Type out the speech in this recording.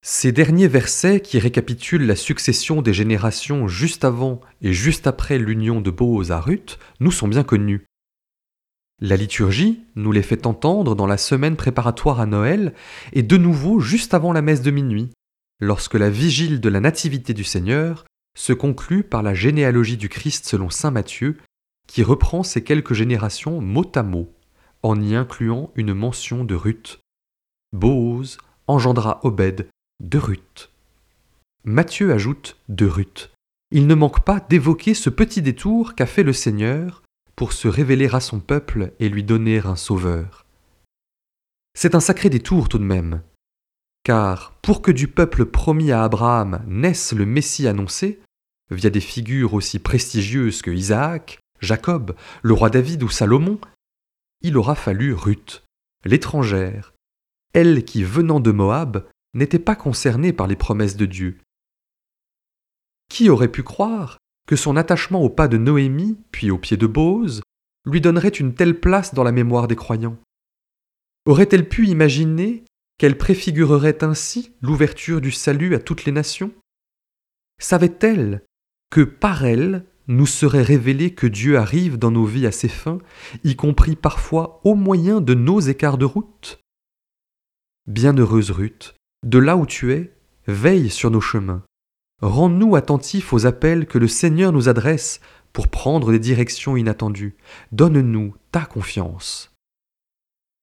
Ces derniers versets qui récapitulent la succession des générations juste avant et juste après l'union de Boaz à Ruth nous sont bien connus. La liturgie nous les fait entendre dans la semaine préparatoire à Noël et de nouveau juste avant la messe de minuit, lorsque la vigile de la Nativité du Seigneur se conclut par la généalogie du Christ selon saint Matthieu, qui reprend ces quelques générations mot à mot, en y incluant une mention de Ruth. Boaz engendra Obed de Ruth. Matthieu ajoute de Ruth. Il ne manque pas d'évoquer ce petit détour qu'a fait le Seigneur pour se révéler à son peuple et lui donner un sauveur. C'est un sacré détour tout de même, car pour que du peuple promis à Abraham naisse le Messie annoncé, via des figures aussi prestigieuses que Isaac, Jacob, le roi David ou Salomon, il aura fallu Ruth, l'étrangère, elle qui, venant de Moab, n'était pas concernée par les promesses de Dieu. Qui aurait pu croire que son attachement au pas de Noémie, puis au pied de Boaz, lui donnerait une telle place dans la mémoire des croyants? Aurait-elle pu imaginer qu'elle préfigurerait ainsi l'ouverture du salut à toutes les nations? Savait-elle que par elle nous serait révélé que Dieu arrive dans nos vies à ses fins, y compris parfois au moyen de nos écarts de route? Bienheureuse Ruth, de là où tu es, veille sur nos chemins. Rends-nous attentifs aux appels que le Seigneur nous adresse pour prendre des directions inattendues. Donne-nous ta confiance.